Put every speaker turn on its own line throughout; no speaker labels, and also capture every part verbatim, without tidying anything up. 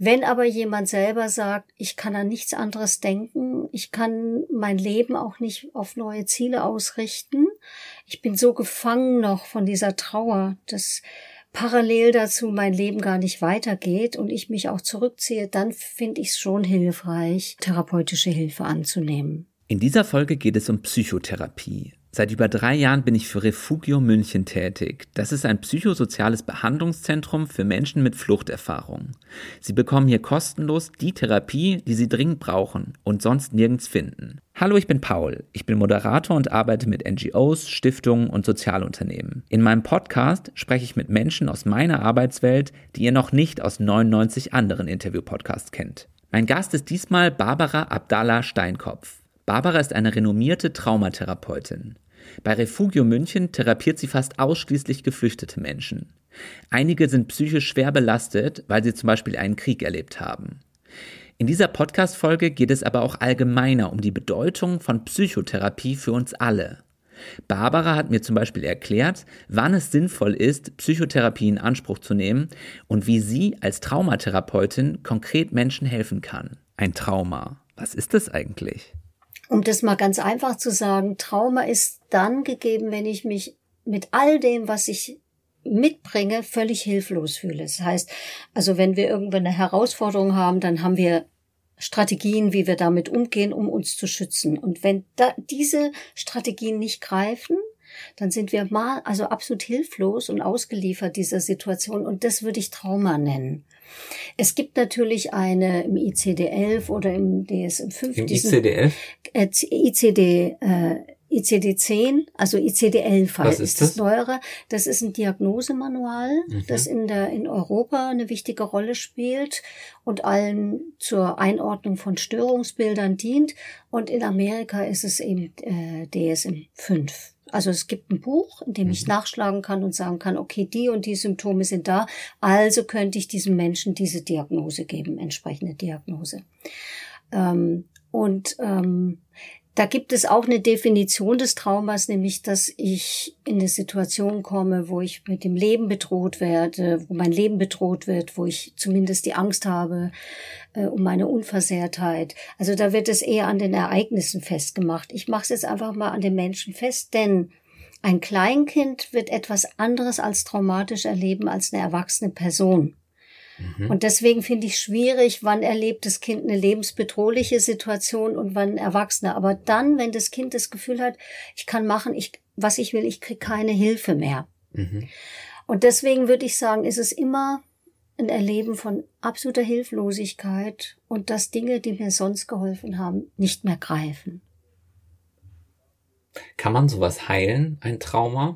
Wenn aber jemand selber sagt, ich kann an nichts anderes denken, ich kann mein Leben auch nicht auf neue Ziele ausrichten, ich bin so gefangen noch von dieser Trauer, dass parallel dazu mein Leben gar nicht weitergeht und ich mich auch zurückziehe, dann finde ich es schon hilfreich, therapeutische Hilfe anzunehmen.
In dieser Folge geht es um Psychotherapie. Seit über drei Jahren bin ich für Refugio München tätig. Das ist ein psychosoziales Behandlungszentrum für Menschen mit Fluchterfahrung. Sie bekommen hier kostenlos die Therapie, die sie dringend brauchen und sonst nirgends finden. Hallo, ich bin Paul. Ich bin Moderator und arbeite mit N G Os, Stiftungen und Sozialunternehmen. In meinem Podcast spreche ich mit Menschen aus meiner Arbeitswelt, die ihr noch nicht aus neunundneunzig anderen Interview-Podcasts kennt. Mein Gast ist diesmal Barbara Abdallah Steinkopf. Barbara ist eine renommierte Traumatherapeutin. Bei Refugio München therapiert sie fast ausschließlich geflüchtete Menschen. Einige sind psychisch schwer belastet, weil sie zum Beispiel einen Krieg erlebt haben. In dieser Podcast-Folge geht es aber auch allgemeiner um die Bedeutung von Psychotherapie für uns alle. Barbara hat mir zum Beispiel erklärt, wann es sinnvoll ist, Psychotherapie in Anspruch zu nehmen und wie sie als Traumatherapeutin konkret Menschen helfen kann. Ein Trauma. Was ist das eigentlich?
Um das mal ganz einfach zu sagen, Trauma ist dann gegeben, wenn ich mich mit all dem, was ich mitbringe, völlig hilflos fühle. Das heißt, also wenn wir irgendwann eine Herausforderung haben, dann haben wir Strategien, wie wir damit umgehen, um uns zu schützen. Und wenn da diese Strategien nicht greifen, dann sind wir mal also absolut hilflos und ausgeliefert dieser Situation. Und das würde ich Trauma nennen. Es gibt natürlich eine im I C D elf oder im D S M fünf.
Im I C D elf?
Äh, I C D, äh, I C D zehn, also I C D elf
Was ist das?
das neuere. Das ist ein Diagnosemanual, mhm. das in der in Europa eine wichtige Rolle spielt und allen zur Einordnung von Störungsbildern dient. Und in Amerika ist es eben äh, D S M fünf. Also es gibt ein Buch, in dem ich nachschlagen kann und sagen kann, okay, die und die Symptome sind da, also könnte ich diesem Menschen diese Diagnose geben, entsprechende Diagnose. Ähm, und ähm, da gibt es auch eine Definition des Traumas, nämlich, dass ich in eine Situation komme, wo ich mit dem Leben bedroht werde, wo mein Leben bedroht wird, wo ich zumindest die Angst habe äh, um meine Unversehrtheit. Also da wird es eher an den Ereignissen festgemacht. Ich mache es jetzt einfach mal an den Menschen fest, denn ein Kleinkind wird etwas anderes als traumatisch erleben als eine erwachsene Person. Und deswegen finde ich schwierig, wann erlebt das Kind eine lebensbedrohliche Situation und wann ein Erwachsener. Aber dann, wenn das Kind das Gefühl hat, ich kann machen, ich, was ich will, ich kriege keine Hilfe mehr. Mhm. Und deswegen würde ich sagen, ist es immer ein Erleben von absoluter Hilflosigkeit und dass Dinge, die mir sonst geholfen haben, nicht mehr greifen.
Kann man sowas heilen, ein Trauma?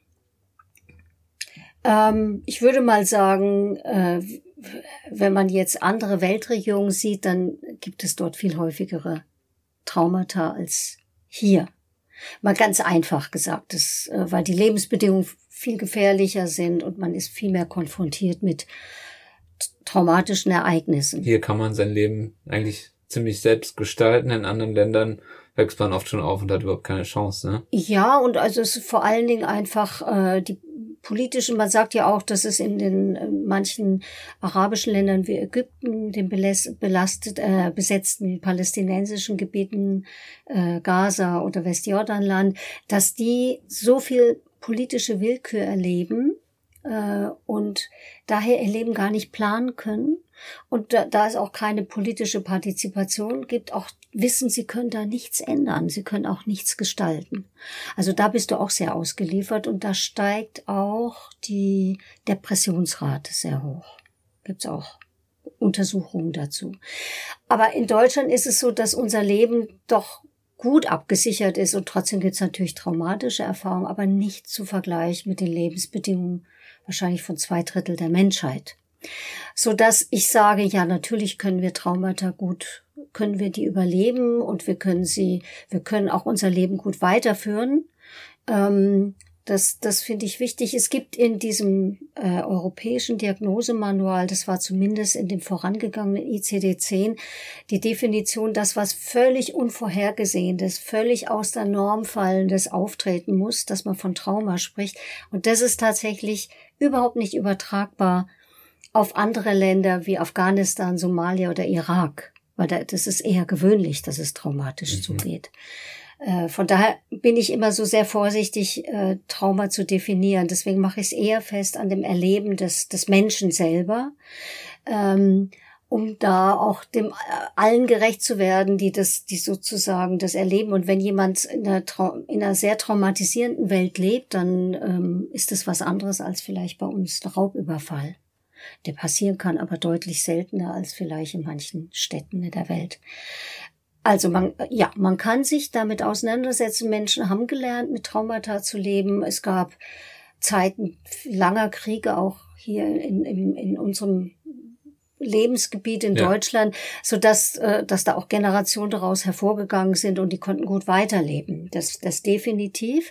Ähm, ich würde mal sagen, äh, wenn man jetzt andere Weltregionen sieht, dann gibt es dort viel häufigere Traumata als hier. Mal ganz einfach gesagt, das, äh, weil die Lebensbedingungen viel gefährlicher sind und man ist viel mehr konfrontiert mit traumatischen Ereignissen.
Hier kann man sein Leben eigentlich ziemlich selbst gestalten. In anderen Ländern wächst man oft schon auf und hat überhaupt keine Chance, ne?
Ja, und also es ist vor allen Dingen einfach äh, die politische, man sagt ja auch, dass es in den äh, manchen arabischen Ländern wie Ägypten, den beläst, belastet, äh, besetzten palästinensischen Gebieten, äh, Gaza oder Westjordanland, dass die so viel politische Willkür erleben äh, und daher ihr Leben gar nicht planen können. Und da, da es auch keine politische Partizipation gibt, auch wissen, sie können da nichts ändern, sie können auch nichts gestalten. Also da bist du auch sehr ausgeliefert und da steigt auch die Depressionsrate sehr hoch. Gibt's auch Untersuchungen dazu. Aber in Deutschland ist es so, dass unser Leben doch gut abgesichert ist und trotzdem gibt's natürlich traumatische Erfahrungen, aber nicht zu vergleichen mit den Lebensbedingungen wahrscheinlich von zwei Drittel der Menschheit. So dass ich sage, ja, natürlich können wir Traumata gut, können wir die überleben und wir können sie, wir können auch unser Leben gut weiterführen. Ähm, das, das finde ich wichtig. Es gibt in diesem äh, europäischen Diagnosemanual, das war zumindest in dem vorangegangenen I C D zehn, die Definition, das was völlig Unvorhergesehenes, völlig aus der Norm fallendes auftreten muss, dass man von Trauma spricht. Und das ist tatsächlich überhaupt nicht übertragbar auf andere Länder wie Afghanistan, Somalia oder Irak, weil da, das ist eher gewöhnlich, dass es traumatisch mhm. zugeht. Äh, von daher bin ich immer so sehr vorsichtig, äh, Trauma zu definieren. Deswegen mache ich es eher fest an dem Erleben des, des Menschen selber, ähm, um da auch dem allen gerecht zu werden, die das, die sozusagen das erleben. Und wenn jemand in einer, Trau- in einer sehr traumatisierenden Welt lebt, dann ähm, ist das was anderes als vielleicht bei uns der Raubüberfall. Der passieren kann, aber deutlich seltener als vielleicht in manchen Städten in der Welt. Also man, ja, man kann sich damit auseinandersetzen. Menschen haben gelernt, mit Traumata zu leben. Es gab Zeiten langer Kriege auch hier in, in, in unserem Lebensgebiet in ja. Deutschland, so dass, äh, dass da auch Generationen daraus hervorgegangen sind und die konnten gut weiterleben. Das, das definitiv.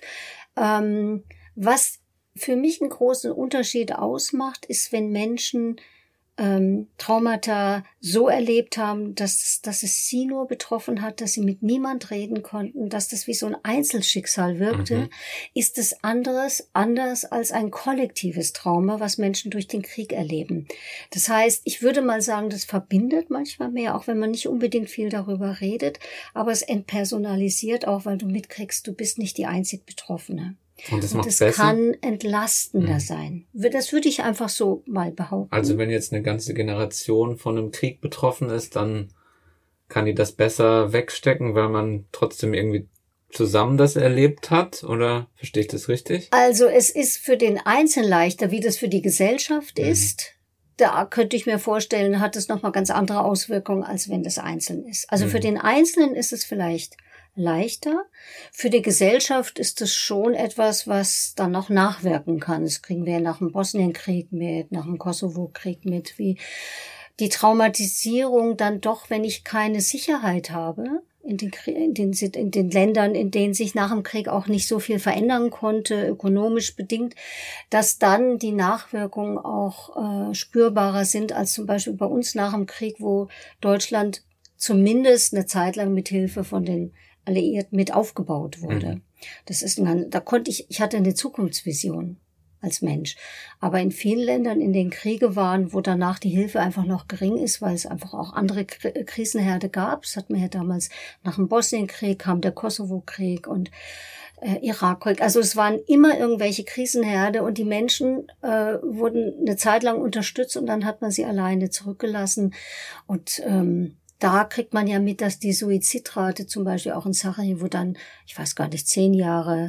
Ähm, was für mich einen großen Unterschied ausmacht, ist, wenn Menschen ähm, Traumata so erlebt haben, dass, dass es sie nur betroffen hat, dass sie mit niemand reden konnten, dass das wie so ein Einzelschicksal wirkte, mhm. ist es anderes, anders als ein kollektives Trauma, was Menschen durch den Krieg erleben. Das heißt, ich würde mal sagen, das verbindet manchmal mehr, auch wenn man nicht unbedingt viel darüber redet, aber es entpersonalisiert auch, weil du mitkriegst, du bist nicht die einzig Betroffene.
Und das
und
macht
das
besser?
kann entlastender
mhm.
sein. Das würde ich einfach so mal behaupten.
Also wenn jetzt eine ganze Generation von einem Krieg betroffen ist, dann kann die das besser wegstecken, weil man trotzdem irgendwie zusammen das erlebt hat? Oder verstehe ich das richtig?
Also es ist für den Einzelnen leichter, wie das für die Gesellschaft mhm. ist. Da könnte ich mir vorstellen, hat es nochmal ganz andere Auswirkungen, als wenn das einzeln ist. Also mhm. für den Einzelnen ist es vielleicht leichter. Für die Gesellschaft ist es schon etwas, was dann noch nachwirken kann. Das kriegen wir nach dem Bosnienkrieg mit, nach dem Kosovo-Krieg mit, wie die Traumatisierung dann doch, wenn ich keine Sicherheit habe, in den, in den, in den Ländern, in denen sich nach dem Krieg auch nicht so viel verändern konnte, ökonomisch bedingt, dass dann die Nachwirkungen auch äh, spürbarer sind als zum Beispiel bei uns nach dem Krieg, wo Deutschland zumindest eine Zeit lang mit Hilfe von den Alliierten mit aufgebaut wurde. Mhm. Das ist ein, da konnte ich, ich hatte eine Zukunftsvision als Mensch. Aber in vielen Ländern, in denen Kriege waren, wo danach die Hilfe einfach noch gering ist, weil es einfach auch andere Krisenherde gab. Das hat man ja damals nach dem Bosnienkrieg, kam der Kosovo-Krieg und äh, Irakkrieg. Also es waren immer irgendwelche Krisenherde und die Menschen äh, wurden eine Zeit lang unterstützt und dann hat man sie alleine zurückgelassen. Und ähm, da kriegt man ja mit, dass die Suizidrate zum Beispiel auch in Sarajevo dann, ich weiß gar nicht, zehn Jahre,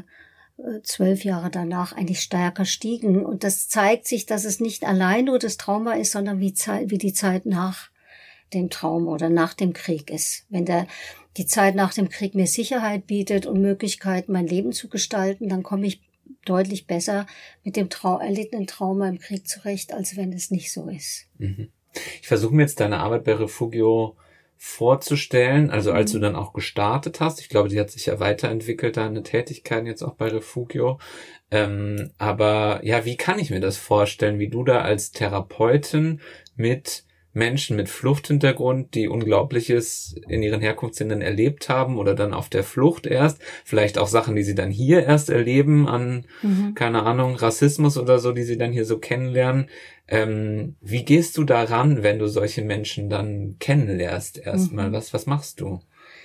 zwölf Jahre danach eigentlich stärker stiegen. Und das zeigt sich, dass es nicht allein nur das Trauma ist, sondern wie, Zeit, wie die Zeit nach dem Trauma oder nach dem Krieg ist. Wenn der, die Zeit nach dem Krieg mir Sicherheit bietet und Möglichkeiten, mein Leben zu gestalten, dann komme ich deutlich besser mit dem Trau- erlittenen Trauma im Krieg zurecht, als wenn es nicht so ist.
Ich versuche mir jetzt deine Arbeit bei Refugio vorzustellen, also als du dann auch gestartet hast, ich glaube, die hat sich ja weiterentwickelt, deine Tätigkeiten jetzt auch bei Refugio, ähm, aber ja, wie kann ich mir das vorstellen, wie du da als Therapeutin mit Menschen mit Fluchthintergrund, die Unglaubliches in ihren Herkunftsländern erlebt haben oder dann auf der Flucht erst, vielleicht auch Sachen, die sie dann hier erst erleben an, mhm. keine Ahnung, Rassismus oder so, die sie dann hier so kennenlernen. Ähm, wie gehst du daran, wenn du solche Menschen dann kennenlernst erstmal? Mhm. Was, was machst du?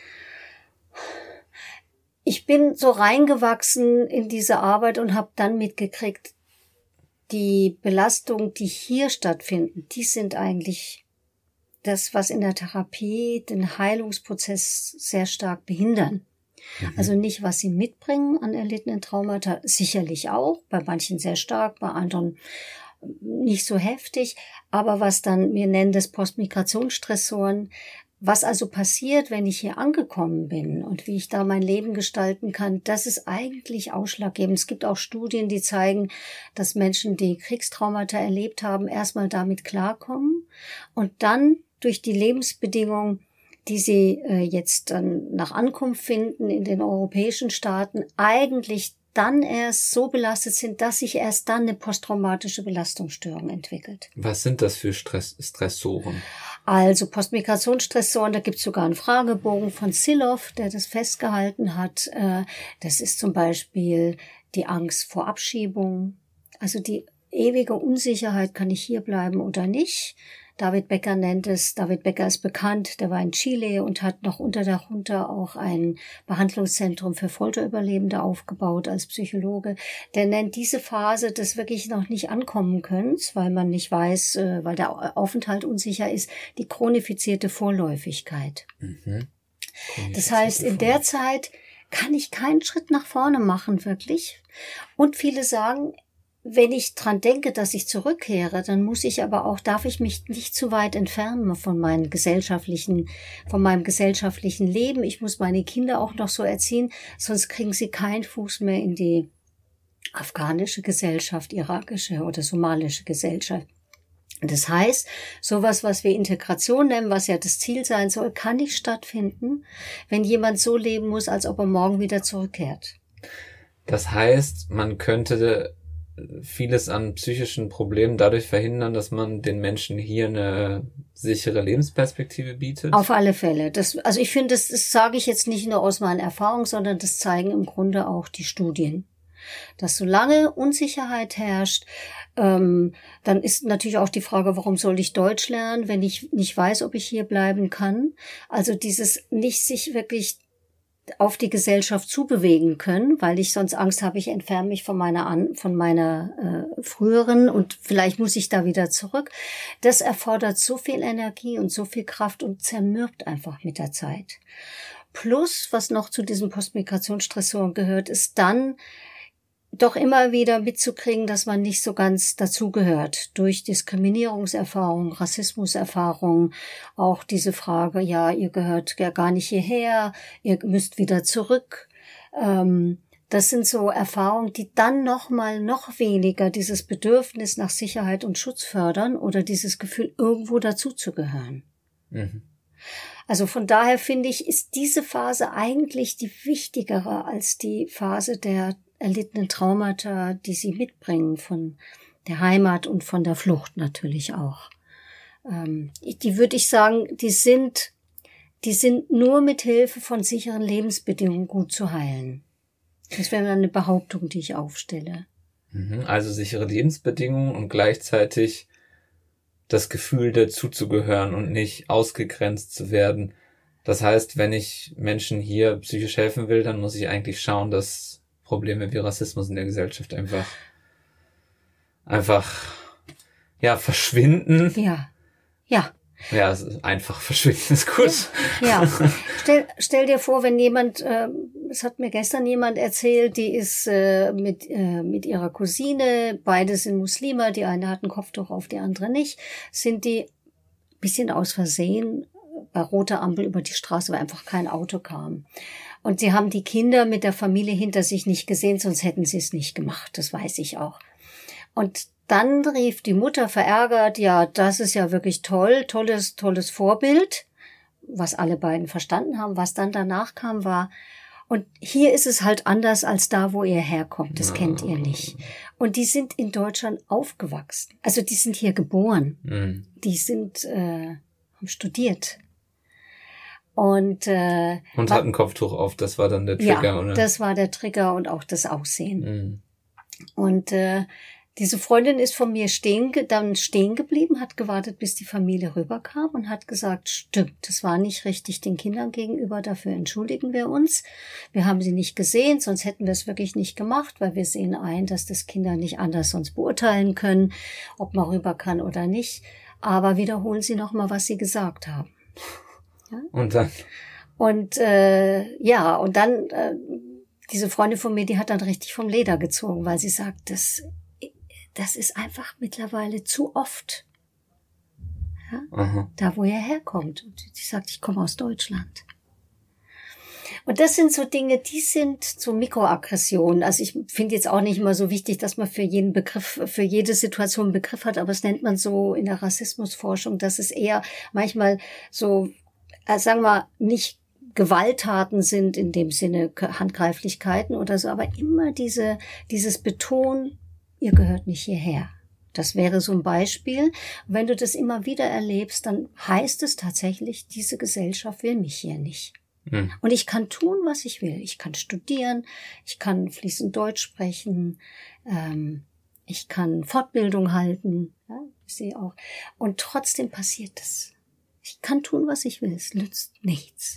Ich bin so reingewachsen in diese Arbeit und habe dann mitgekriegt, die Belastungen, die hier stattfinden, die sind eigentlich das, was in der Therapie den Heilungsprozess sehr stark behindern. Mhm. Also nicht, was sie mitbringen an erlittenen Traumata, sicherlich auch, bei manchen sehr stark, bei anderen nicht so heftig, aber was dann, wir nennen das Postmigrationsstressoren, was also passiert, wenn ich hier angekommen bin und wie ich da mein Leben gestalten kann, das ist eigentlich ausschlaggebend. Es gibt auch Studien, die zeigen, dass Menschen, die Kriegstraumata erlebt haben, erstmal damit klarkommen und dann durch die Lebensbedingungen, die sie äh, jetzt dann nach Ankunft finden in den europäischen Staaten, eigentlich dann erst so belastet sind, dass sich erst dann eine posttraumatische Belastungsstörung entwickelt.
Was sind das für Stress- Stressoren?
Also Postmigrationsstressoren, da gibt es sogar einen Fragebogen von Silov, der das festgehalten hat. Das ist zum Beispiel die Angst vor Abschiebung. Also die ewige Unsicherheit, kann ich hier bleiben oder nicht. David Becker nennt es, David Becker ist bekannt, der war in Chile und hat noch unter der Junta auch ein Behandlungszentrum für Folterüberlebende aufgebaut als Psychologe. Der nennt diese Phase des wirklich noch nicht ankommen Könnens, weil man nicht weiß, weil der Aufenthalt unsicher ist, die chronifizierte Vorläufigkeit. Mhm. Das heißt, in der Zeit kann ich keinen Schritt nach vorne machen, wirklich. Und viele sagen, wenn ich dran denke, dass ich zurückkehre, dann muss ich aber auch, darf ich mich nicht zu weit entfernen von meinem gesellschaftlichen, von meinem gesellschaftlichen Leben. Ich muss meine Kinder auch noch so erziehen, sonst kriegen sie keinen Fuß mehr in die afghanische Gesellschaft, irakische oder somalische Gesellschaft. Das heißt, sowas, was wir Integration nennen, was ja das Ziel sein soll, kann nicht stattfinden, wenn jemand so leben muss, als ob er morgen wieder zurückkehrt.
Das heißt, man könnte vieles an psychischen Problemen dadurch verhindern, dass man den Menschen hier eine sichere Lebensperspektive bietet?
Auf alle Fälle. Das, also ich finde, das, das sage ich jetzt nicht nur aus meiner Erfahrung, sondern das zeigen im Grunde auch die Studien. Dass solange Unsicherheit herrscht, ähm, dann ist natürlich auch die Frage, warum soll ich Deutsch lernen, wenn ich nicht weiß, ob ich hier bleiben kann? Also dieses nicht sich wirklich auf die Gesellschaft zubewegen können, weil ich sonst Angst habe, ich entferne mich von meiner an, von meiner äh, früheren und vielleicht muss ich da wieder zurück. Das erfordert so viel Energie und so viel Kraft und zermürbt einfach mit der Zeit. Plus, was noch zu diesen Postmigrationsstressoren gehört, ist dann doch immer wieder mitzukriegen, dass man nicht so ganz dazugehört. Durch Diskriminierungserfahrung, Rassismuserfahrung, auch diese Frage, ja, ihr gehört ja gar nicht hierher, ihr müsst wieder zurück. Ähm, das sind so Erfahrungen, die dann noch mal noch weniger dieses Bedürfnis nach Sicherheit und Schutz fördern oder dieses Gefühl, irgendwo dazuzugehören. Mhm. Also von daher finde ich, ist diese Phase eigentlich die wichtigere als die Phase der erlittenen Traumata, die sie mitbringen von der Heimat und von der Flucht natürlich auch. Ähm, die würde ich sagen, die sind, die sind nur mit Hilfe von sicheren Lebensbedingungen gut zu heilen. Das wäre eine Behauptung, die ich aufstelle.
Also sichere Lebensbedingungen und gleichzeitig das Gefühl, dazuzugehören und nicht ausgegrenzt zu werden. Das heißt, wenn ich Menschen hier psychisch helfen will, dann muss ich eigentlich schauen, dass Probleme wie Rassismus in der Gesellschaft einfach, einfach, ja, verschwinden.
Ja, ja.
Ja, einfach verschwinden ist gut.
Ja, ja. Stell, stell dir vor, wenn jemand, äh, es hat mir gestern jemand erzählt, die ist äh, mit äh, mit ihrer Cousine, beide sind Muslime, die eine hat ein Kopftuch auf, die andere nicht, sind die bisschen aus Versehen bei roter Ampel über die Straße, weil einfach kein Auto kam. Und sie haben die Kinder mit der Familie hinter sich nicht gesehen, sonst hätten sie es nicht gemacht, das weiß ich auch. Und dann rief die Mutter verärgert, ja, das ist ja wirklich toll, tolles, tolles Vorbild, was alle beiden verstanden haben. Was dann danach kam, war, und hier ist es halt anders als da, wo ihr herkommt, das kennt ihr nicht. Und die sind in Deutschland aufgewachsen, also die sind hier geboren, mhm. die sind, äh, haben studiert. Und, äh,
und hat ein Kopftuch auf, das war dann der Trigger,
ja,
oder?
Das war der Trigger und auch das Aussehen.
Mhm.
Und äh, diese Freundin ist von mir stehen, dann stehen geblieben, hat gewartet, bis die Familie rüberkam und hat gesagt, stimmt, das war nicht richtig den Kindern gegenüber, dafür entschuldigen wir uns. Wir haben sie nicht gesehen, sonst hätten wir es wirklich nicht gemacht, weil wir sehen ein, dass das Kinder nicht anders sonst beurteilen können, ob man rüber kann oder nicht. Aber wiederholen Sie noch mal, was Sie gesagt haben. Ja?
Und dann?
Und äh, ja, und dann äh, diese Freundin von mir, die hat dann richtig vom Leder gezogen, weil sie sagt, das, das ist einfach mittlerweile zu oft. Ja? Da, wo er herkommt. Und sie sagt, ich komme aus Deutschland. Und das sind so Dinge, die sind so Mikroaggressionen. Also ich finde jetzt auch nicht immer so wichtig, dass man für jeden Begriff, für jede Situation einen Begriff hat, aber es nennt man so in der Rassismusforschung, dass es eher manchmal so, also sagen wir, nicht Gewalttaten sind in dem Sinne Handgreiflichkeiten oder so, aber immer diese, dieses Betonen, ihr gehört nicht hierher. Das wäre so ein Beispiel. Und wenn du das immer wieder erlebst, dann heißt es tatsächlich, diese Gesellschaft will mich hier nicht. Mhm. Und ich kann tun, was ich will. Ich kann studieren, ich kann fließend Deutsch sprechen, ähm, ich kann Fortbildung halten, ja, ich sehe auch. Und trotzdem passiert es. Ich kann tun, was ich will, es nützt nichts.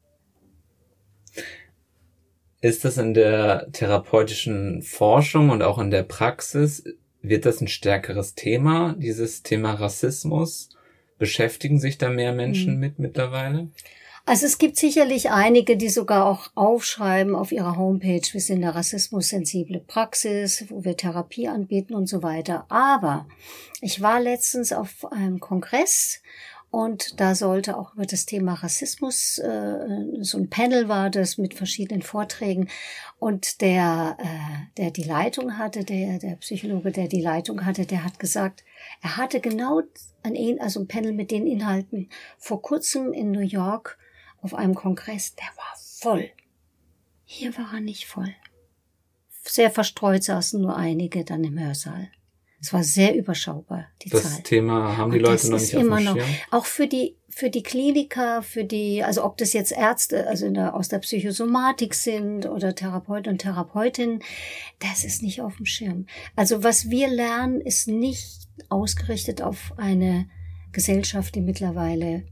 Ist das in der therapeutischen Forschung und auch in der Praxis, wird das ein stärkeres Thema, dieses Thema Rassismus? Beschäftigen sich da mehr Menschen hm. mit mittlerweile?
Also es gibt sicherlich einige, die sogar auch aufschreiben auf ihrer Homepage, wir sind eine rassismussensible Praxis, wo wir Therapie anbieten und so weiter. Aber ich war letztens auf einem Kongress und da sollte auch über das Thema Rassismus, äh, so ein Panel war das mit verschiedenen Vorträgen. Und der, äh, der die Leitung hatte, der, der Psychologe, der die Leitung hatte, der hat gesagt, er hatte genau ein, also ein Panel mit den Inhalten vor kurzem in New York auf einem Kongress, der war voll. Hier war er nicht voll. Sehr verstreut saßen nur einige dann im Hörsaal. Es war sehr überschaubar, die
das
Zahl.
Das Thema haben die
und
Leute noch nicht auf dem Schirm.
Noch, auch für die, für die Kliniker, für die, also ob das jetzt Ärzte, also in der, aus der Psychosomatik sind oder Therapeuten und Therapeutinnen, das ist nicht auf dem Schirm. Also was wir lernen, ist nicht ausgerichtet auf eine Gesellschaft, die mittlerweile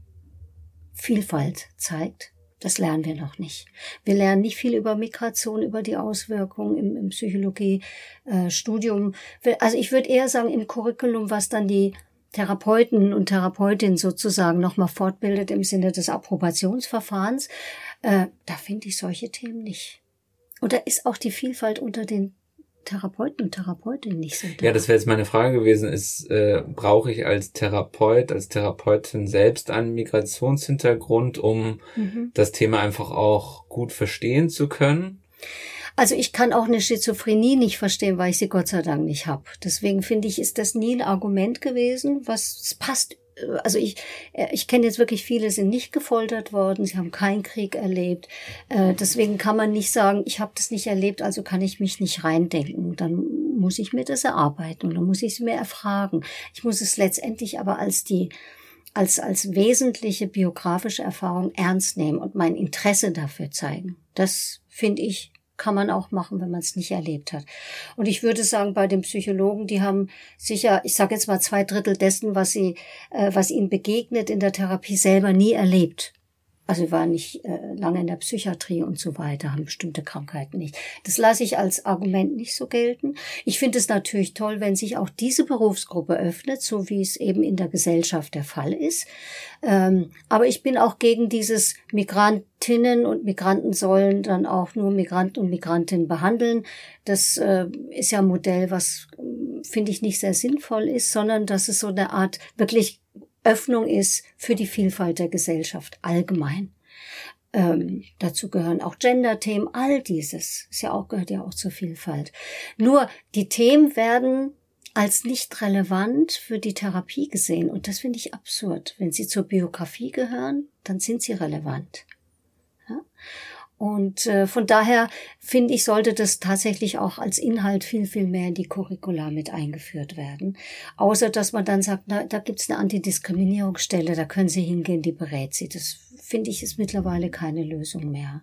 Vielfalt zeigt. Das lernen wir noch nicht. Wir lernen nicht viel über Migration, über die Auswirkungen im, im Psychologie-Studium. Äh, also ich würde eher sagen, im Curriculum, was dann die Therapeuten und Therapeutinnen sozusagen nochmal fortbildet im Sinne des Approbationsverfahrens, äh, da finde ich solche Themen nicht. Und da ist auch die Vielfalt unter den Therapeuten und Therapeutinnen nicht so da.
Ja, das wäre jetzt meine Frage gewesen, ist, äh, brauche ich als Therapeut, als Therapeutin selbst einen Migrationshintergrund, um mhm. das Thema einfach auch gut verstehen zu können?
Also ich kann auch eine Schizophrenie nicht verstehen, weil ich sie Gott sei Dank nicht habe. Deswegen finde ich, ist das nie ein Argument gewesen, was es passt. Also ich ich kenne jetzt wirklich viele, sind nicht gefoltert worden, sie haben keinen Krieg erlebt. Äh, deswegen kann man nicht sagen, ich habe das nicht erlebt, also kann ich mich nicht reindenken. Dann muss ich mir das erarbeiten und dann muss ich es mir erfragen. Ich muss es letztendlich aber als die als als wesentliche biografische Erfahrung ernst nehmen und mein Interesse dafür zeigen. Das finde ich kann man auch machen, wenn man es nicht erlebt hat. Und ich würde sagen, bei den Psychologen, die haben sicher, ich sage jetzt mal zwei Drittel dessen, was sie, äh, was ihnen begegnet in der Therapie, selber nie erlebt. Also sie waren nicht äh, lange in der Psychiatrie und so weiter, haben bestimmte Krankheiten nicht. Das lasse ich als Argument nicht so gelten. Ich finde es natürlich toll, wenn sich auch diese Berufsgruppe öffnet, so wie es eben in der Gesellschaft der Fall ist. Ähm, aber ich bin auch gegen dieses Migrantinnen und Migranten sollen dann auch nur Migranten und Migrantinnen behandeln. Das äh, ist ja ein Modell, was, äh, finde ich, nicht sehr sinnvoll ist, sondern dass es so eine Art wirklich Öffnung ist für die Vielfalt der Gesellschaft allgemein. Ähm, dazu gehören auch Gender-Themen, all dieses ist ja auch, gehört ja auch zur Vielfalt. Nur die Themen werden als nicht relevant für die Therapie gesehen und das finde ich absurd. Wenn sie zur Biografie gehören, dann sind sie relevant. Ja? Und äh, von daher finde ich, sollte das tatsächlich auch als Inhalt viel, viel mehr in die Curricula mit eingeführt werden. Außer, dass man dann sagt, na, da gibt's eine Antidiskriminierungsstelle, da können Sie hingehen, die berät Sie. Das finde ich ist mittlerweile keine Lösung mehr.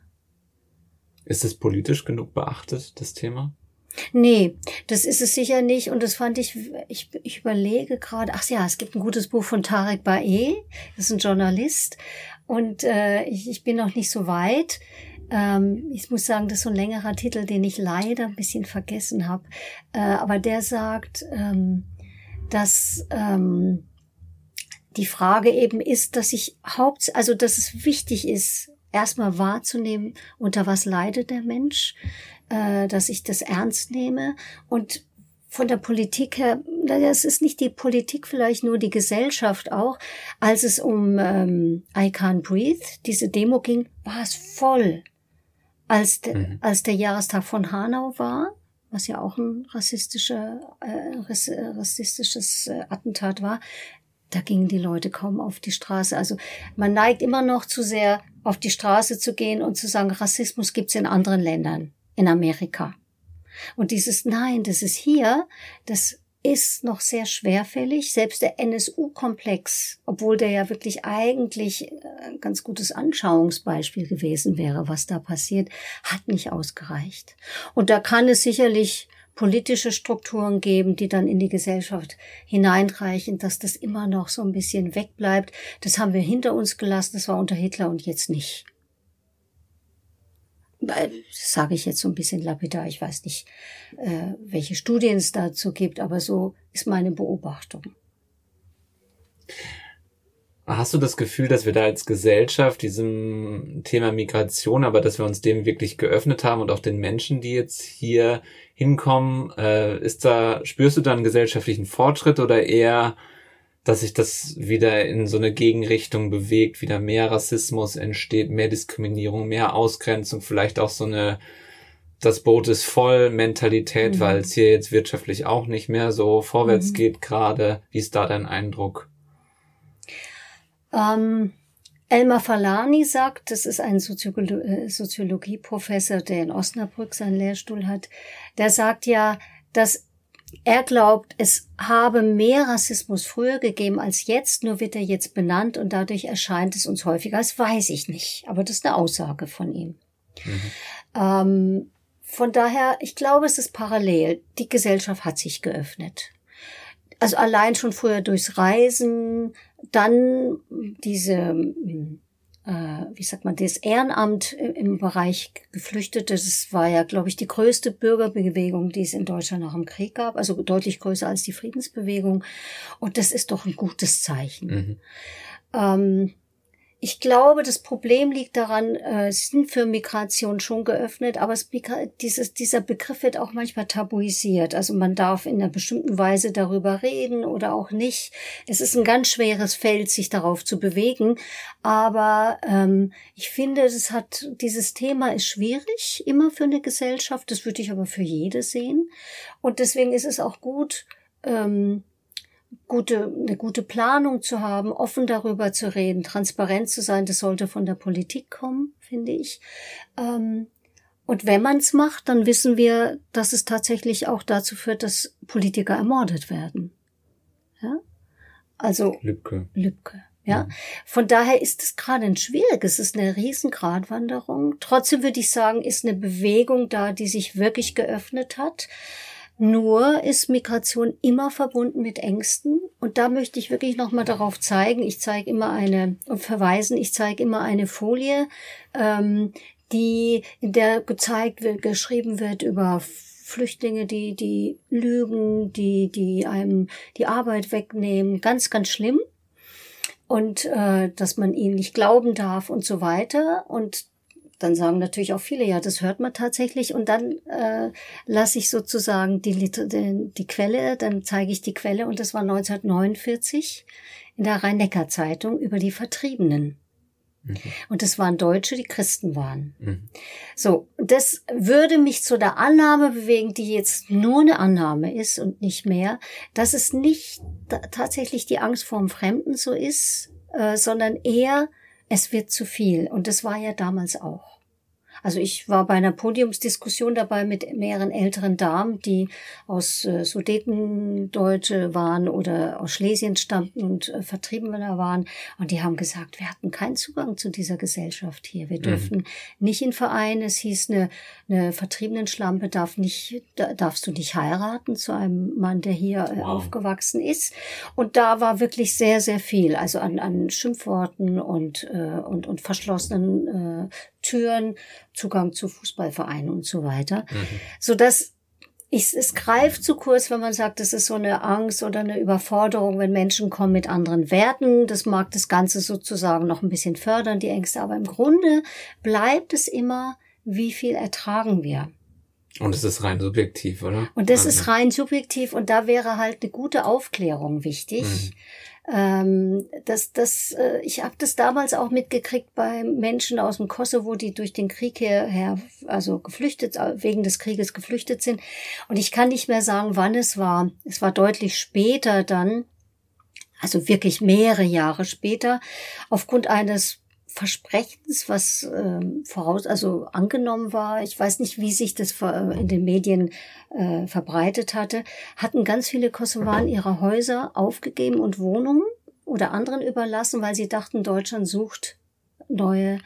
Ist es politisch genug beachtet, das Thema?
Nee, das ist es sicher nicht. Und das fand ich, ich, ich überlege gerade, ach ja, es gibt ein gutes Buch von Tarek Bae, das ist ein Journalist. Und äh, ich, ich bin noch nicht so weit. Ähm, ich muss sagen, das ist so ein längerer Titel, den ich leider ein bisschen vergessen habe. Äh, aber der sagt, ähm, dass ähm, die Frage eben ist, dass ich haupt, also dass es wichtig ist, erstmal wahrzunehmen, unter was leidet der Mensch, äh, dass ich das ernst nehme und von der Politik her, das ist nicht die Politik, vielleicht nur die Gesellschaft auch. Als es um ähm, I Can't Breathe, diese Demo ging, war es voll. Als, de, mhm. als der Jahrestag von Hanau war, was ja auch ein rassistischer, äh, rassistisches äh, Attentat war, da gingen die Leute kaum auf die Straße. Also man neigt immer noch zu sehr, auf die Straße zu gehen und zu sagen, Rassismus gibt's in anderen Ländern, in Amerika. Und dieses Nein, das ist hier, das ist noch sehr schwerfällig. Selbst der N S U-Komplex, obwohl der ja wirklich eigentlich ein ganz gutes Anschauungsbeispiel gewesen wäre, was da passiert, hat nicht ausgereicht. Und da kann es sicherlich politische Strukturen geben, die dann in die Gesellschaft hineinreichen, dass das immer noch so ein bisschen wegbleibt. Das haben wir hinter uns gelassen, das war unter Hitler und jetzt nicht. Das sage ich jetzt so ein bisschen lapidar, ich weiß nicht, äh, welche Studien es dazu gibt, aber so ist meine Beobachtung.
Hast du das Gefühl, dass wir da als Gesellschaft diesem Thema Migration, aber dass wir uns dem wirklich geöffnet haben und auch den Menschen, die jetzt hier hinkommen, äh, ist da, spürst du da einen gesellschaftlichen Fortschritt oder eher, dass sich das wieder in so eine Gegenrichtung bewegt, wieder mehr Rassismus entsteht, mehr Diskriminierung, mehr Ausgrenzung, vielleicht auch so eine das Boot ist voll Mentalität, mhm. weil es hier jetzt wirtschaftlich auch nicht mehr so vorwärts mhm. geht gerade. Wie ist da dein Eindruck?
Ähm, Elmar Falani sagt, das ist ein Soziolo- Soziologieprofessor, der in Osnabrück seinen Lehrstuhl hat, der sagt ja, dass er glaubt, es habe mehr Rassismus früher gegeben als jetzt, nur wird er jetzt benannt und dadurch erscheint es uns häufiger. Das weiß ich nicht, aber das ist eine Aussage von ihm. Mhm. Ähm, von daher, ich glaube, es ist parallel. Die Gesellschaft hat sich geöffnet. Also allein schon früher durchs Reisen, dann diese, äh, wie sagt man, das Ehrenamt im Bereich Geflüchtete, das war ja, glaube ich, die größte Bürgerbewegung, die es in Deutschland nach dem Krieg gab, also deutlich größer als die Friedensbewegung. Und das ist doch ein gutes Zeichen. Mhm. Ähm, Ich glaube, das Problem liegt daran, äh, sie sind für Migration schon geöffnet, aber es, dieses, dieser Begriff wird auch manchmal tabuisiert. Also man darf in einer bestimmten Weise darüber reden oder auch nicht. Es ist ein ganz schweres Feld, sich darauf zu bewegen. Aber ähm, ich finde, es hat dieses Thema ist schwierig immer für eine Gesellschaft. Das würde ich aber für jede sehen. Und deswegen ist es auch gut, ähm, gute, eine gute Planung zu haben, offen darüber zu reden, transparent zu sein, das sollte von der Politik kommen, finde ich. Ähm, und wenn man es macht, dann wissen wir, dass es tatsächlich auch dazu führt, dass Politiker ermordet werden. Ja? Also
Lübcke.
Lübcke. Ja, mhm. Von daher ist es gerade ein schwieriges, es ist eine riesen Gratwanderung. Trotzdem würde ich sagen, ist eine Bewegung da, die sich wirklich geöffnet hat. Nur ist Migration immer verbunden mit Ängsten. Und da möchte ich wirklich nochmal darauf zeigen. Ich zeige immer eine, und verweisen, ich zeige immer eine Folie, ähm, die, in der gezeigt wird, geschrieben wird über Flüchtlinge, die, die lügen, die, die einem die Arbeit wegnehmen. Ganz, ganz schlimm. Und, äh, dass man ihnen nicht glauben darf und so weiter. Und dann sagen natürlich auch viele, ja, das hört man tatsächlich. Und dann äh, lasse ich sozusagen die, die, die Quelle, dann zeige ich die Quelle. Und das war neunzehnhundertneunundvierzig in der Rhein-Neckar-Zeitung über die Vertriebenen. Mhm. Und das waren Deutsche, die Christen waren. Mhm. So, das würde mich zu der Annahme bewegen, die jetzt nur eine Annahme ist und nicht mehr, dass es nicht t- tatsächlich die Angst vor dem Fremden so ist, äh, sondern eher, es wird zu viel. Und das war ja damals auch. Also ich war bei einer Podiumsdiskussion dabei mit mehreren älteren Damen, die aus äh, Sudetendeutsche waren oder aus Schlesien stammten und äh, Vertriebener waren. Und die haben gesagt, wir hatten keinen Zugang zu dieser Gesellschaft hier. Wir dürfen mhm. nicht in Vereine. Es hieß, eine, eine Vertriebenenschlampe darf nicht, da, darfst du nicht heiraten zu einem Mann, der hier äh, wow. aufgewachsen ist. Und da war wirklich sehr, sehr viel. Also an, an Schimpfworten und, äh, und, und verschlossenen äh, Türen, Zugang zu Fußballvereinen und so weiter. Mhm. So dass ich, es greift zu kurz, wenn man sagt, das ist so eine Angst oder eine Überforderung, wenn Menschen kommen mit anderen Werten. Das mag das Ganze sozusagen noch ein bisschen fördern, die Ängste. Aber im Grunde bleibt es immer, wie viel ertragen wir.
Und es ist rein subjektiv, oder?
Und das also. ist rein subjektiv. Und da wäre halt eine gute Aufklärung wichtig. Mhm. Ähm, das, das, äh, ich habe das damals auch mitgekriegt bei Menschen aus dem Kosovo, die durch den Krieg hierher, also geflüchtet, wegen des Krieges geflüchtet sind. Und ich kann nicht mehr sagen, wann es war. Es war deutlich später dann, also wirklich mehrere Jahre später, aufgrund eines Versprechens, was äh, voraus, also angenommen war, ich weiß nicht, wie sich das in den Medien äh, verbreitet hatte, hatten ganz viele Kosovaren ihre Häuser aufgegeben und Wohnungen oder anderen überlassen, weil sie dachten, Deutschland sucht neue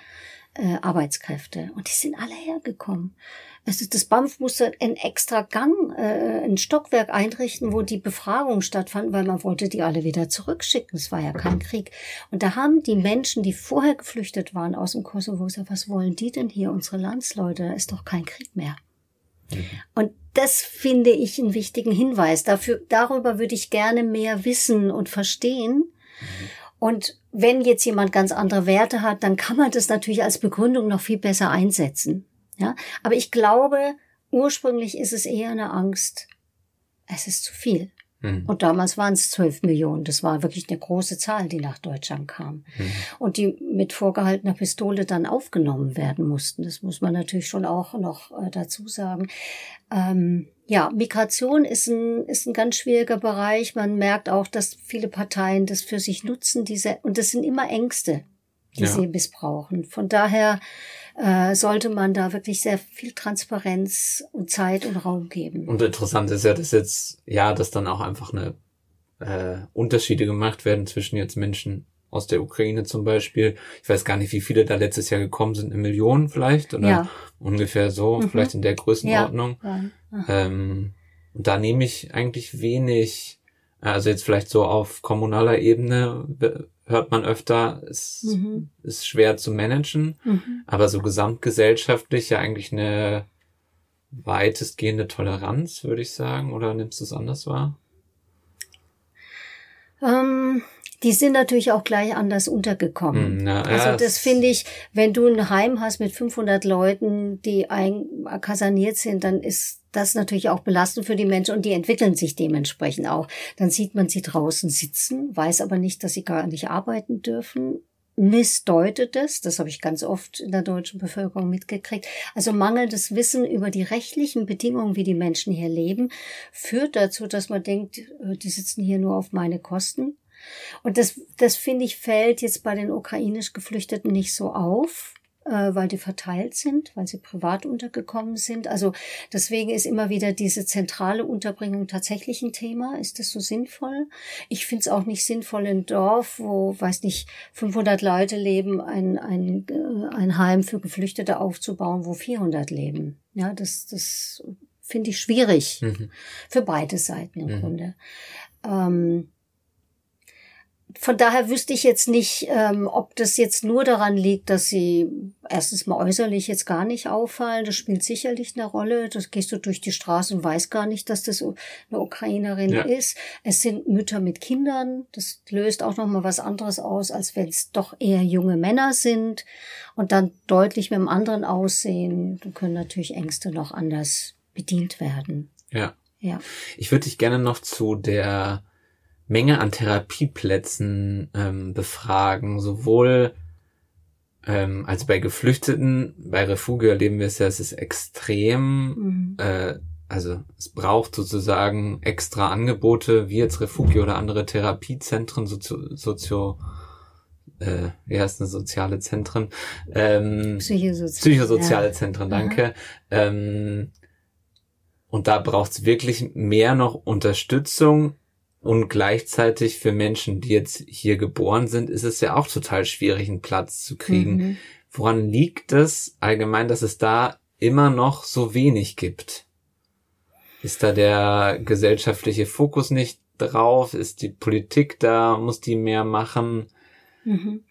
äh, Arbeitskräfte. Und die sind alle hergekommen. Also das B A M F musste einen extra Gang, äh, ein Stockwerk einrichten, wo die Befragung stattfand, weil man wollte die alle wieder zurückschicken. Es war ja kein Krieg. Und da haben die Menschen, die vorher geflüchtet waren aus dem Kosovo, gesagt, was wollen die denn hier, unsere Landsleute? Da ist doch kein Krieg mehr. Mhm. Und das finde ich einen wichtigen Hinweis. Dafür, darüber würde ich gerne mehr wissen und verstehen. Mhm. Und wenn jetzt jemand ganz andere Werte hat, dann kann man das natürlich als Begründung noch viel besser einsetzen. Ja, aber ich glaube, ursprünglich ist es eher eine Angst, es ist zu viel. Mhm. Und damals waren es zwölf Millionen. Das war wirklich eine große Zahl, die nach Deutschland kam. Mhm. Und die mit vorgehaltener Pistole dann aufgenommen werden mussten. Das muss man natürlich schon auch noch äh, dazu sagen. Ähm, ja, Migration ist ein, ist ein ganz schwieriger Bereich. Man merkt auch, dass viele Parteien das für sich nutzen. Diese, und das sind immer Ängste, die ja. sie missbrauchen. Von daher äh, sollte man da wirklich sehr viel Transparenz und Zeit und Raum geben.
Und interessant ist ja, dass jetzt, ja, dass dann auch einfach eine äh, Unterschiede gemacht werden zwischen jetzt Menschen aus der Ukraine zum Beispiel. Ich weiß gar nicht, wie viele da letztes Jahr gekommen sind, eine Million vielleicht oder ja. ungefähr so, mhm. vielleicht in der Größenordnung. Ja. Ja. Ähm, und da nehme ich eigentlich wenig, also jetzt vielleicht so auf kommunaler Ebene hört man öfter, es mhm. ist schwer zu managen, mhm. aber so gesamtgesellschaftlich ja eigentlich eine weitestgehende Toleranz, würde ich sagen, oder nimmst du es anders wahr?
Ähm, die sind natürlich auch gleich anders untergekommen.
Na,
also
ja,
das finde ich, wenn du ein Heim hast mit fünfhundert Leuten, die ein, kaserniert sind, dann ist das natürlich auch belastend für die Menschen und die entwickeln sich dementsprechend auch. Dann sieht man sie draußen sitzen, weiß aber nicht, dass sie gar nicht arbeiten dürfen, missdeutet es, das habe ich ganz oft in der deutschen Bevölkerung mitgekriegt. Also mangelndes Wissen über die rechtlichen Bedingungen, wie die Menschen hier leben, führt dazu, dass man denkt, die sitzen hier nur auf meine Kosten. Und das, das finde ich, fällt jetzt bei den ukrainisch Geflüchteten nicht so auf, äh, weil die verteilt sind, weil sie privat untergekommen sind. Also deswegen ist immer wieder diese zentrale Unterbringung tatsächlich ein Thema. Ist das so sinnvoll? Ich finde es auch nicht sinnvoll, in Dorf, wo, weiß nicht, fünfhundert Leute leben, ein, ein, ein Heim für Geflüchtete aufzubauen, wo vierhundert leben. Ja, das, das finde ich schwierig. Mhm. Für beide Seiten im mhm. Grunde. Ähm, Von daher wüsste ich jetzt nicht, ähm, ob das jetzt nur daran liegt, dass sie erstens mal äußerlich jetzt gar nicht auffallen. Das spielt sicherlich eine Rolle. Das gehst du durch die Straße und weißt gar nicht, dass das eine Ukrainerin ja. ist. Es sind Mütter mit Kindern. Das löst auch noch mal was anderes aus, als wenn es doch eher junge Männer sind und dann deutlich mit einem anderen Aussehen. Da können natürlich Ängste noch anders bedient werden.
Ja.
Ja.
Ich würde dich gerne noch zu der Menge an Therapieplätzen ähm, befragen, sowohl ähm, als bei Geflüchteten, bei Refugio erleben wir es ja, es ist extrem, mhm. äh, also es braucht sozusagen extra Angebote, wie jetzt Refugio oder andere Therapiezentren, Sozio, Sozio äh, wie heißt das, soziale Zentren, ähm,
Psychosozi-
psychosoziale
ja.
Zentren, danke. Ähm, und da braucht es wirklich mehr noch Unterstützung. Und gleichzeitig für Menschen, die jetzt hier geboren sind, ist es ja auch total schwierig, einen Platz zu kriegen. Mhm. Woran liegt es allgemein, dass es da immer noch so wenig gibt? Ist da der gesellschaftliche Fokus nicht drauf? Ist die Politik da? Muss die mehr machen?
Mhm.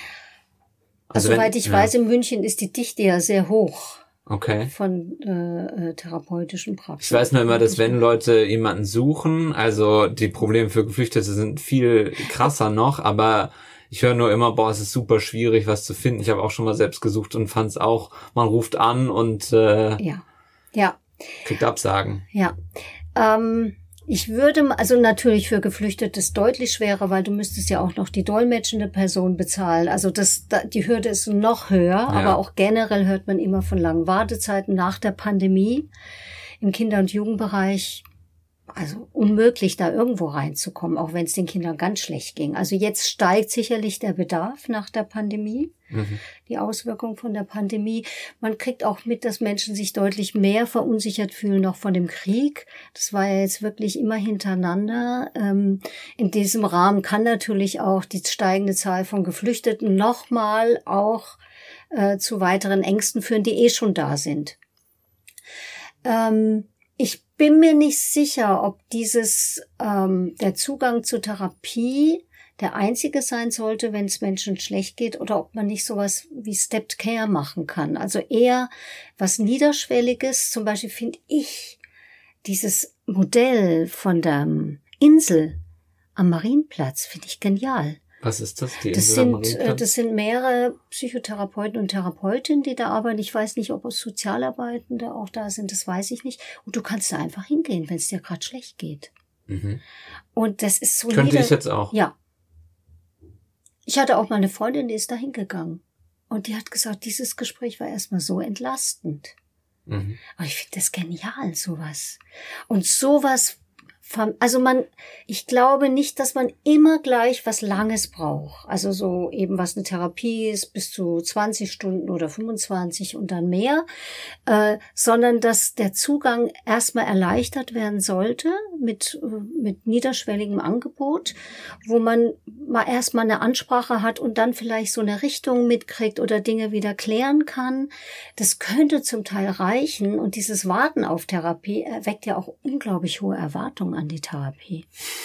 Also, also soweit ich ja. weiß, in München ist die Dichte ja sehr hoch.
Okay.
Von äh, therapeutischen Praxen.
Ich weiß nur immer, dass wenn Leute jemanden suchen, also die Probleme für Geflüchtete sind viel krasser noch, aber ich höre nur immer, boah, es ist super schwierig, was zu finden. Ich habe auch schon mal selbst gesucht und fand es auch, man ruft an und äh,
ja, ja,
kriegt Absagen.
Ja, ähm, ich würde, also natürlich für Geflüchtete ist deutlich schwerer, weil du müsstest ja auch noch die dolmetschende Person bezahlen. Also das, die Hürde ist noch höher, ja. aber auch generell hört man immer von langen Wartezeiten nach der Pandemie. Im Kinder- und Jugendbereich also unmöglich, da irgendwo reinzukommen, auch wenn es den Kindern ganz schlecht ging. Also jetzt steigt sicherlich der Bedarf nach der Pandemie, mhm. die Auswirkungen von der Pandemie. Man kriegt auch mit, dass Menschen sich deutlich mehr verunsichert fühlen noch von dem Krieg. Das war ja jetzt wirklich immer hintereinander. Ähm, in diesem Rahmen kann natürlich auch die steigende Zahl von Geflüchteten nochmal auch äh, zu weiteren Ängsten führen, die eh schon da sind. Ähm, Ich bin mir nicht sicher, ob dieses ähm, der Zugang zur Therapie der einzige sein sollte, wenn es Menschen schlecht geht, oder ob man nicht sowas wie Stepped Care machen kann. Also eher was Niederschwelliges. Zum Beispiel finde ich dieses Modell von der Insel am Marienplatz finde ich genial.
Was ist das? Die Insel
das
am
sind
Marienplatz?
Das sind mehrere Psychotherapeuten und Therapeutinnen, die da arbeiten. Ich weiß nicht, ob es Sozialarbeitende auch da sind, das weiß ich nicht. Und du kannst da einfach hingehen, wenn es dir gerade schlecht geht. Mhm. Und das ist so.
Könnte
nieder-
ich jetzt auch.
Ja. Ich hatte auch mal eine Freundin, die ist da hingegangen. Und die hat gesagt, dieses Gespräch war erstmal so entlastend. Mhm. Aber ich finde das genial, sowas. Und sowas. Also man, ich glaube nicht, dass man immer gleich was Langes braucht. Also so eben was eine Therapie ist, bis zu zwanzig Stunden oder fünfundzwanzig und dann mehr, äh, sondern dass der Zugang erstmal erleichtert werden sollte mit mit niederschwelligem Angebot, wo man mal erstmal eine Ansprache hat und dann vielleicht so eine Richtung mitkriegt oder Dinge wieder klären kann. Das könnte zum Teil reichen, und dieses Warten auf Therapie erweckt ja auch unglaublich hohe Erwartungen an die Therapie.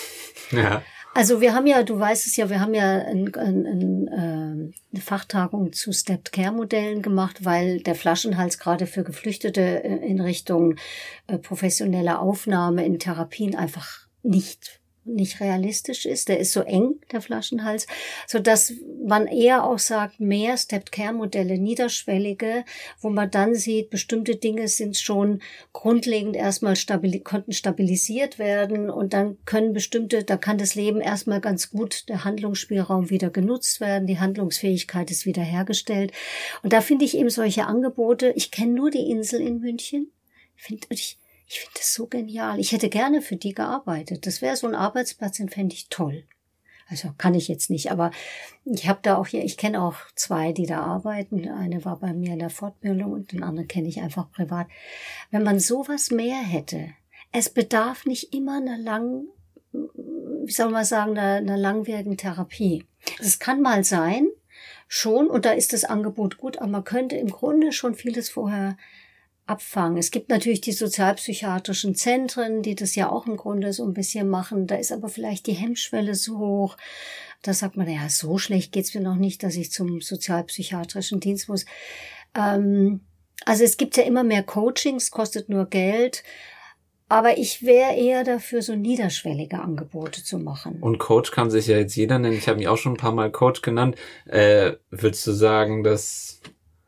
Ja. Also wir haben ja, du weißt es ja, wir haben ja ein, ein, ein, eine Fachtagung zu Stepped Care Modellen gemacht, weil der Flaschenhals gerade für Geflüchtete in Richtung professioneller Aufnahme in Therapien einfach nicht nicht realistisch ist. Der ist so eng, der Flaschenhals, so dass man eher auch sagt, mehr Stepped-Care-Modelle, niederschwellige, wo man dann sieht, bestimmte Dinge sind schon grundlegend erstmal stabili- konnten stabilisiert werden, und dann können bestimmte, da kann das Leben erstmal ganz gut, der Handlungsspielraum wieder genutzt werden, die Handlungsfähigkeit ist wieder hergestellt. Und da finde ich eben solche Angebote, ich kenne nur die Insel in München, finde ich Ich finde das so genial. Ich hätte gerne für die gearbeitet. Das wäre so ein Arbeitsplatz, den fände ich toll. Also kann ich jetzt nicht, aber ich habe da auch hier, ich kenne auch zwei, die da arbeiten. Eine war bei mir in der Fortbildung und den anderen kenne ich einfach privat. Wenn man sowas mehr hätte, es bedarf nicht immer einer langen, wie soll man sagen, einer, einer langwierigen Therapie. Es kann mal sein, schon, und da ist das Angebot gut, aber man könnte im Grunde schon vieles vorher abfangen. Es gibt natürlich die sozialpsychiatrischen Zentren, die das ja auch im Grunde so ein bisschen machen. Da ist aber vielleicht die Hemmschwelle so hoch. Da sagt man, ja, so schlecht geht's mir noch nicht, dass ich zum sozialpsychiatrischen Dienst muss. Ähm, also es gibt ja immer mehr Coachings, kostet nur Geld. Aber ich wäre eher dafür, so niederschwellige Angebote zu machen.
Und Coach kann sich ja jetzt jeder nennen. Ich habe mich auch schon ein paar Mal Coach genannt. Äh, würdest du sagen, dass...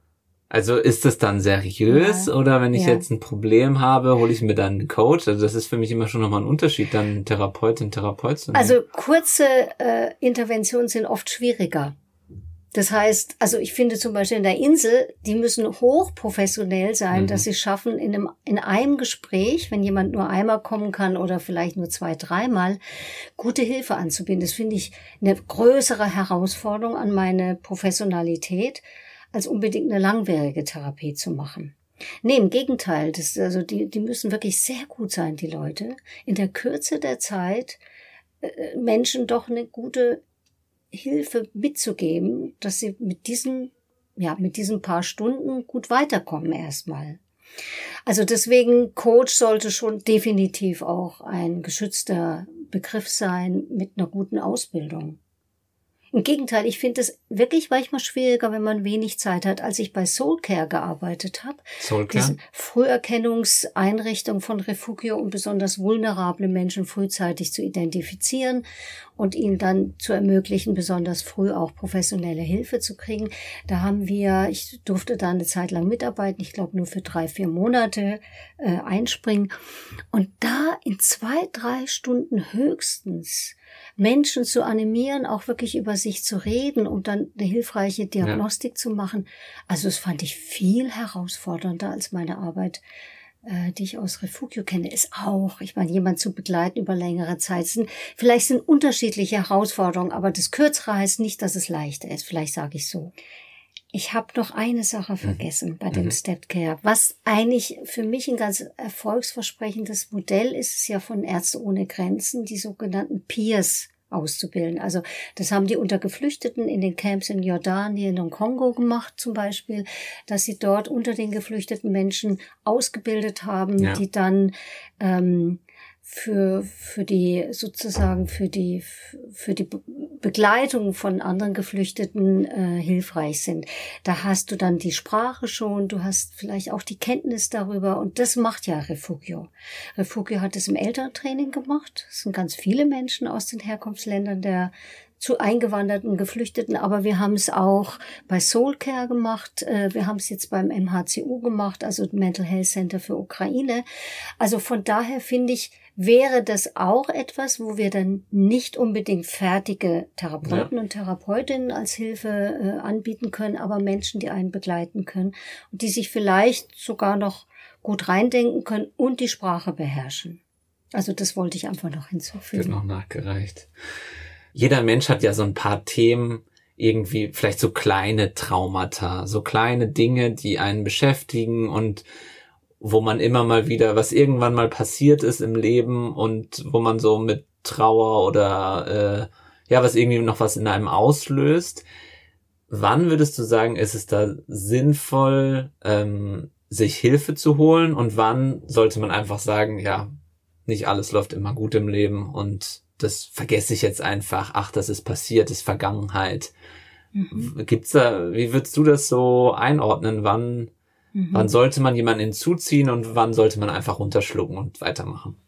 Also ist das dann seriös, ja, oder wenn ich ja. jetzt ein Problem habe, hole ich mir dann einen Coach? Also das ist für mich immer schon nochmal ein Unterschied, dann Therapeutin, Therapeut zu nehmen.
Also kurze äh, Interventionen sind oft schwieriger. Das heißt, also ich finde zum Beispiel in der Insel, die müssen hochprofessionell sein, mhm. dass sie schaffen, in einem, in einem Gespräch, wenn jemand nur einmal kommen kann oder vielleicht nur zwei, dreimal, gute Hilfe anzubieten. Das finde ich eine größere Herausforderung an meine Professionalität, als unbedingt eine langwierige Therapie zu machen. Nee, im Gegenteil, das, also die, die müssen wirklich sehr gut sein, die Leute, in der Kürze der Zeit äh, Menschen doch eine gute Hilfe mitzugeben, dass sie mit diesen, ja, mit diesen paar Stunden gut weiterkommen erstmal. Also deswegen, Coach sollte schon definitiv auch ein geschützter Begriff sein mit einer guten Ausbildung. Im Gegenteil, ich finde es wirklich manchmal schwieriger, wenn man wenig Zeit hat. Als ich bei Soulcare gearbeitet habe, diese Früherkennungseinrichtung von Refugio, um besonders vulnerable Menschen frühzeitig zu identifizieren und ihnen dann zu ermöglichen, besonders früh auch professionelle Hilfe zu kriegen. Da haben wir, ich durfte da eine Zeit lang mitarbeiten, ich glaube nur für drei, vier Monate äh, einspringen. Und da in zwei, drei Stunden höchstens Menschen zu animieren, auch wirklich über sich zu reden und dann eine hilfreiche Diagnostik ja. zu machen. Also das fand ich viel herausfordernder als meine Arbeit äh, die ich aus Refugio kenne, ist auch, ich meine, jemand zu begleiten über längere Zeit. Sind, vielleicht sind unterschiedliche Herausforderungen, aber das Kürzere heißt nicht, dass es leichter ist. Vielleicht sage ich so. Ich habe noch eine Sache vergessen mhm. bei dem mhm. StepCare. Was eigentlich für mich ein ganz erfolgsversprechendes Modell ist, ist ja von Ärzte ohne Grenzen, die sogenannten Peers auszubilden. Also das haben die unter Geflüchteten in den Camps in Jordanien und Kongo gemacht zum Beispiel, dass sie dort unter den geflüchteten Menschen ausgebildet haben, ja. die dann ähm, für für die sozusagen für die für die Begleitung von anderen Geflüchteten äh, hilfreich sind. Da hast du dann die Sprache schon, du hast vielleicht auch die Kenntnis darüber und das macht ja Refugio. Refugio hat es im Elterntraining gemacht. Es sind ganz viele Menschen aus den Herkunftsländern der zu eingewanderten Geflüchteten, aber wir haben es auch bei Soulcare gemacht, wir haben es jetzt beim M H C U gemacht, also Mental Health Center für Ukraine. Also von daher finde ich, wäre das auch etwas, wo wir dann nicht unbedingt fertige Therapeuten ja. und Therapeutinnen als Hilfe äh, anbieten können, aber Menschen, die einen begleiten können und die sich vielleicht sogar noch gut reindenken können und die Sprache beherrschen. Also das wollte ich einfach noch hinzufügen.
Wird noch nachgereicht. Jeder Mensch hat ja so ein paar Themen, irgendwie vielleicht so kleine Traumata, so kleine Dinge, die einen beschäftigen und wo man immer mal wieder, was irgendwann mal passiert ist im Leben und wo man so mit Trauer oder äh, ja, was irgendwie noch was in einem auslöst. Wann würdest du sagen, ist es da sinnvoll, ähm, sich Hilfe zu holen und wann sollte man einfach sagen, ja, nicht alles läuft immer gut im Leben und das vergesse ich jetzt einfach, ach, das ist passiert, ist Vergangenheit. Mhm. Gibt's da, wie würdest du das so einordnen? Wann, mhm. wann sollte man jemanden hinzuziehen und wann sollte man einfach runterschlucken und weitermachen?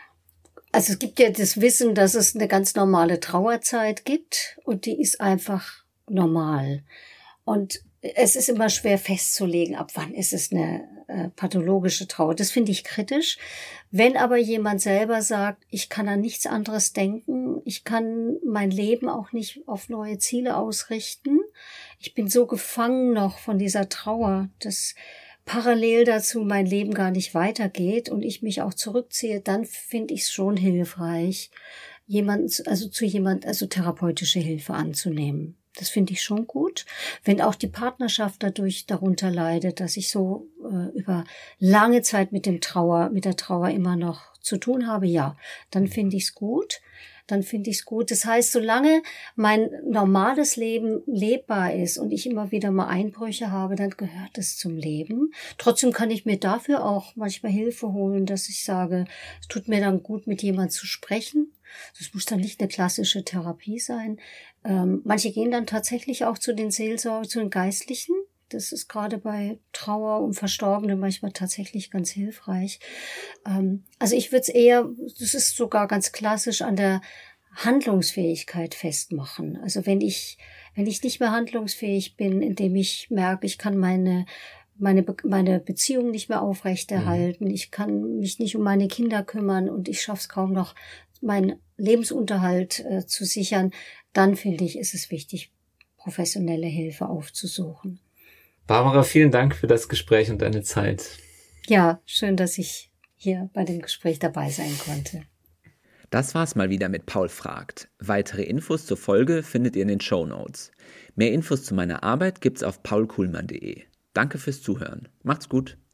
Also es gibt ja das Wissen, dass es eine ganz normale Trauerzeit gibt und die ist einfach normal. Und es ist immer schwer festzulegen, ab wann ist es eine äh, pathologische Trauer. Das finde ich kritisch. Wenn aber jemand selber sagt, ich kann an nichts anderes denken, ich kann mein Leben auch nicht auf neue Ziele ausrichten, ich bin so gefangen noch von dieser Trauer, dass parallel dazu mein Leben gar nicht weitergeht und ich mich auch zurückziehe, dann finde ich es schon hilfreich, jemanden, also zu jemand, also therapeutische Hilfe anzunehmen. Das finde ich schon gut, wenn auch die Partnerschaft dadurch darunter leidet, dass ich so äh, über lange Zeit mit dem Trauer, mit der Trauer immer noch zu tun habe. Ja, dann finde ich es gut. Dann finde ich es gut. Das heißt, solange mein normales Leben lebbar ist und ich immer wieder mal Einbrüche habe, dann gehört es zum Leben. Trotzdem kann ich mir dafür auch manchmal Hilfe holen, dass ich sage, es tut mir dann gut, mit jemandem zu sprechen. Das muss dann nicht eine klassische Therapie sein. Ähm, manche gehen dann tatsächlich auch zu den Seelsorgern, zu den Geistlichen. Das ist gerade bei Trauer um Verstorbene manchmal tatsächlich ganz hilfreich. Ähm, also ich würde es eher, das ist sogar ganz klassisch, an der Handlungsfähigkeit festmachen. Also wenn ich, wenn ich nicht mehr handlungsfähig bin, indem ich merke, ich kann meine meine Be- meine Beziehung nicht mehr aufrechterhalten, mhm. ich kann mich nicht um meine Kinder kümmern und ich schaffe es kaum noch, meinen Lebensunterhalt äh, zu sichern, dann finde ich, ist es wichtig, professionelle Hilfe aufzusuchen.
Barbara, vielen Dank für das Gespräch und deine Zeit.
Ja, schön, dass ich hier bei dem Gespräch dabei sein konnte.
Das war's mal wieder mit Paul fragt. Weitere Infos zur Folge findet ihr in den Shownotes. Mehr Infos zu meiner Arbeit gibt's auf paul kuhlmann punkt de. Danke fürs Zuhören. Macht's gut.